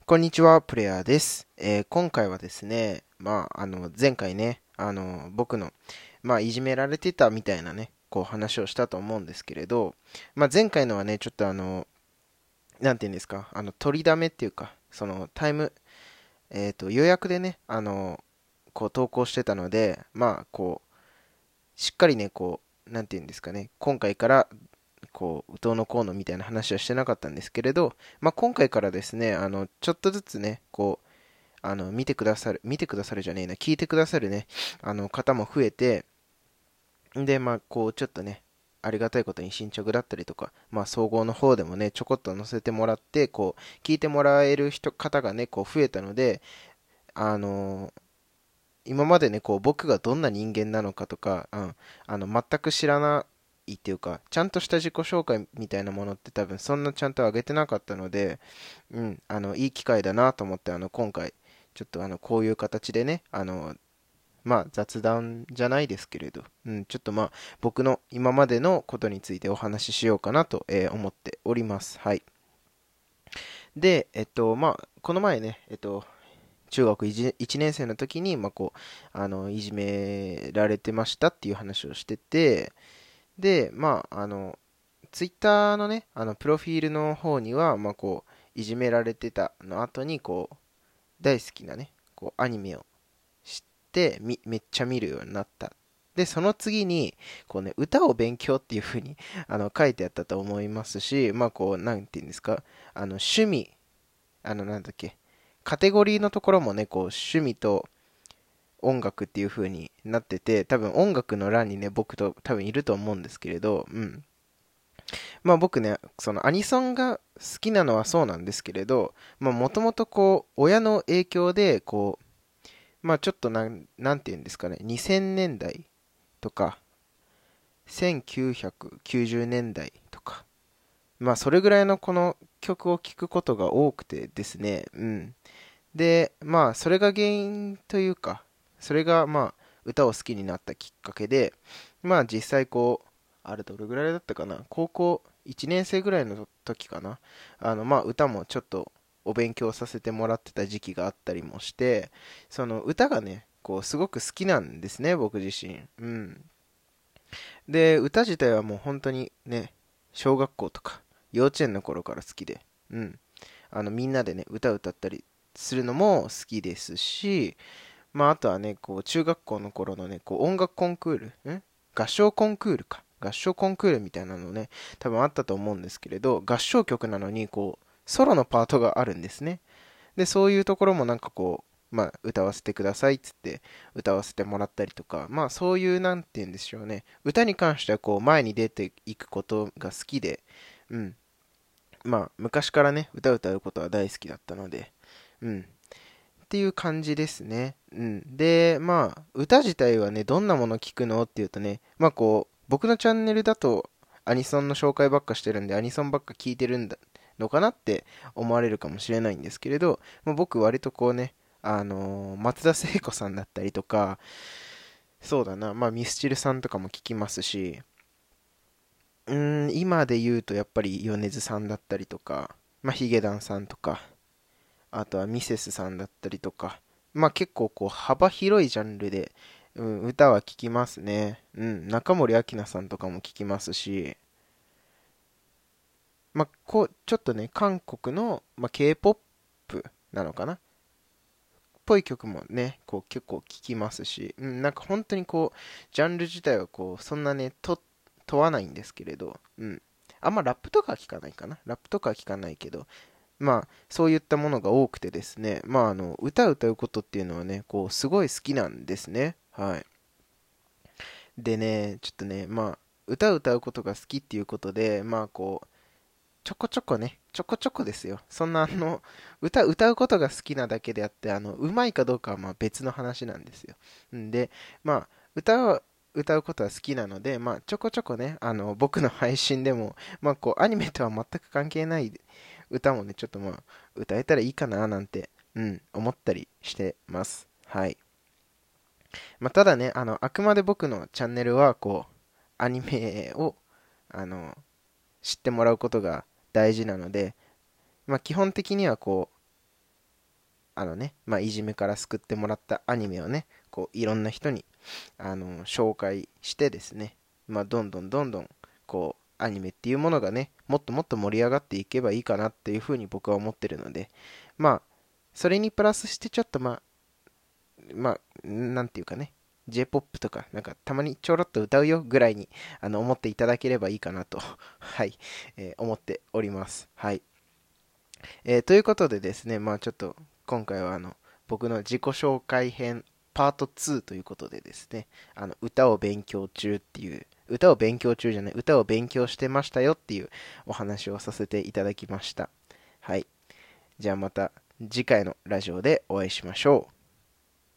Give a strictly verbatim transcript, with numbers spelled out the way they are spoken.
こんにちは、プレイヤーです。えー今回はですね、まあ、あの、前回ね、あの、僕の、まあ、いじめられてたみたいなね、こう話をしたと思うんですけれど、まあ、前回のはね、ちょっとあの、なんていうんですか、あの、取りだめっていうか、その、タイム、えっと、予約でね、あの、こう投稿してたので、まあ、こう、しっかりね、こう、なんていうんですかね、今回からこう、どうのこうのみたいな話はしてなかったんですけれど、まあ、今回からですね、あの、ちょっとずつね、こう、あの、見てくださる、見てくださるじゃねえな、聞いてくださるね、あの、方も増えて、で、まあ、こう、ちょっとね、ありがたいことに進捗だったりとか、まあ、総合の方でもね、ちょこっと載せてもらって、こう、聞いてもらえる人、方がね、こう、増えたので、あの今までね、こう、僕がどんな人間なのかとか、うん、あの、全く知らないっていうか、ちゃんとした自己紹介みたいなものって多分そんなちゃんと上げてなかったので、うん、あの、いい機会だなと思って、あの、今回、ちょっとあの、こういう形でね、あの、まあ、雑談じゃないですけれど、うん、ちょっとまあ、僕の今までのことについてお話ししようかなと、えー思っております。はい。で、えっと、まあ、この前ね、えっと、中学いちねん生の時に、まあ、こう、あの、いじめられてましたっていう話をしてて、で、まあ、あの、ツイッターのね、あの、プロフィールの方には、まあ、こう、いじめられてたの後に、こう、大好きなね、こう、アニメを知って、み、めっちゃ見るようになった。で、その次に、こうね、歌を勉強っていう風にあの、書いてあったと思いますし、まあ、こう、なんていうんですか、あの、趣味、あの、なんだっけ、カテゴリーのところもね、こう、趣味と音楽っていう風になってて、多分音楽の欄にね、僕と多分いると思うんですけれど、うん。まあ僕ね、そのアニソンが好きなのはそうなんですけれど、まあもともとこう、親の影響で、こう、まあちょっとなん、なんて言うんですかね、にせんねんだいとか、せんきゅうひゃくきゅうじゅうねんだいとか、まあそれぐらいのこの曲を聴くことが多くてですね、うん。で、まあそれが原因というか、それがまあ歌を好きになったきっかけで、まあ実際こう、あれどれぐらいだったかな、高校いちねん生ぐらいの時かな、あのまあ歌もちょっとお勉強させてもらってた時期があったりもして、その歌がね、こうすごく好きなんですね、僕自身。うん。で、歌自体はもう本当にね、小学校とか幼稚園の頃から好きで、うん。あのみんなでね、歌歌ったりするのも好きですし、まああとはね、こう中学校の頃のね、こう音楽コンクール、ん合唱コンクールか。合唱コンクールみたいなのね、多分あったと思うんですけれど、合唱曲なのに、こう、ソロのパートがあるんですね。で、そういうところもなんかこう、まあ、歌わせてくださいっつって歌わせてもらったりとか、まあそういうなんて言うんでしょうね。歌に関してはこう前に出ていくことが好きで、うん。まあ昔からね、歌歌うことは大好きだったので、うん。っていう感じですね。うん。で、まあ、歌自体はね、どんなもの聞くのっていうとね、まあこう、僕のチャンネルだとアニソンの紹介ばっかしてるんで、アニソンばっか聞いてるんだのかなって思われるかもしれないんですけれど、まあ、僕割とこうね、あのー松田聖子さんだったりとか、そうだな、まあミスチルさんとかも聞きますし、うーん、今で言うとやっぱり米津さんだったりとか、まあヒゲダンさんとか、あとはミセスさんだったりとか、まあ結構こう幅広いジャンルで、うん、歌は聴きますね。うん、中森明菜さんとかも聴きますし、まあこう、ちょっとね、韓国の、まあ、K-ケーポップ なのかなっぽい曲もね、こう結構聴きますし、うん、なんか本当にこう、ジャンル自体はこう、そんなね、と、問わないんですけれど、うん。あんまラップとかは聞かないかな。ラップとかは聞かないけど、まあ、そういったものが多くてですね、まあ、あの、歌を歌うことっていうのはね、こう、すごい好きなんですね。はい。でね、ちょっとね、まあ、歌を歌うことが好きっていうことで、まあ、こう、ちょこちょこね、ちょこちょこですよ。そんな、あの、歌、歌うことが好きなだけであって、あの、うまいかどうかはまあ別の話なんですよ。んで、まあ、歌を、歌うことは好きなので、まあ、ちょこちょこね、あの、僕の配信でも、まあ、こう、アニメとは全く関係ない歌もね、ちょっとまあ、歌えたらいいかななんて、うん、思ったりしてます。はい。まあ、ただね、あの、あくまで僕のチャンネルは、こう、アニメを、あの、知ってもらうことが大事なので、まあ、基本的にはこう、 あのね、まあ、いじめから救ってもらったアニメをね、こういろんな人にあの紹介してですね、まあ、どんどんどんどんこうアニメっていうものがね、もっともっと盛り上がっていけばいいかなっていうふうに僕は思ってるので、まあ、それにプラスしてちょっとまあ、まあ、なんていうかね、J-ジェイポップ とか、なんかたまにちょろっと歌うよぐらいにあの思っていただければいいかなと、はい、えー思っております。はい。えーということでですね、まあちょっと今回はあの僕の自己紹介編パートツーということでですね、あの歌を勉強中っていう、歌を勉強中じゃない、歌を勉強してましたよっていうお話をさせていただきました。はい。じゃあまた次回のラジオでお会いしましょう。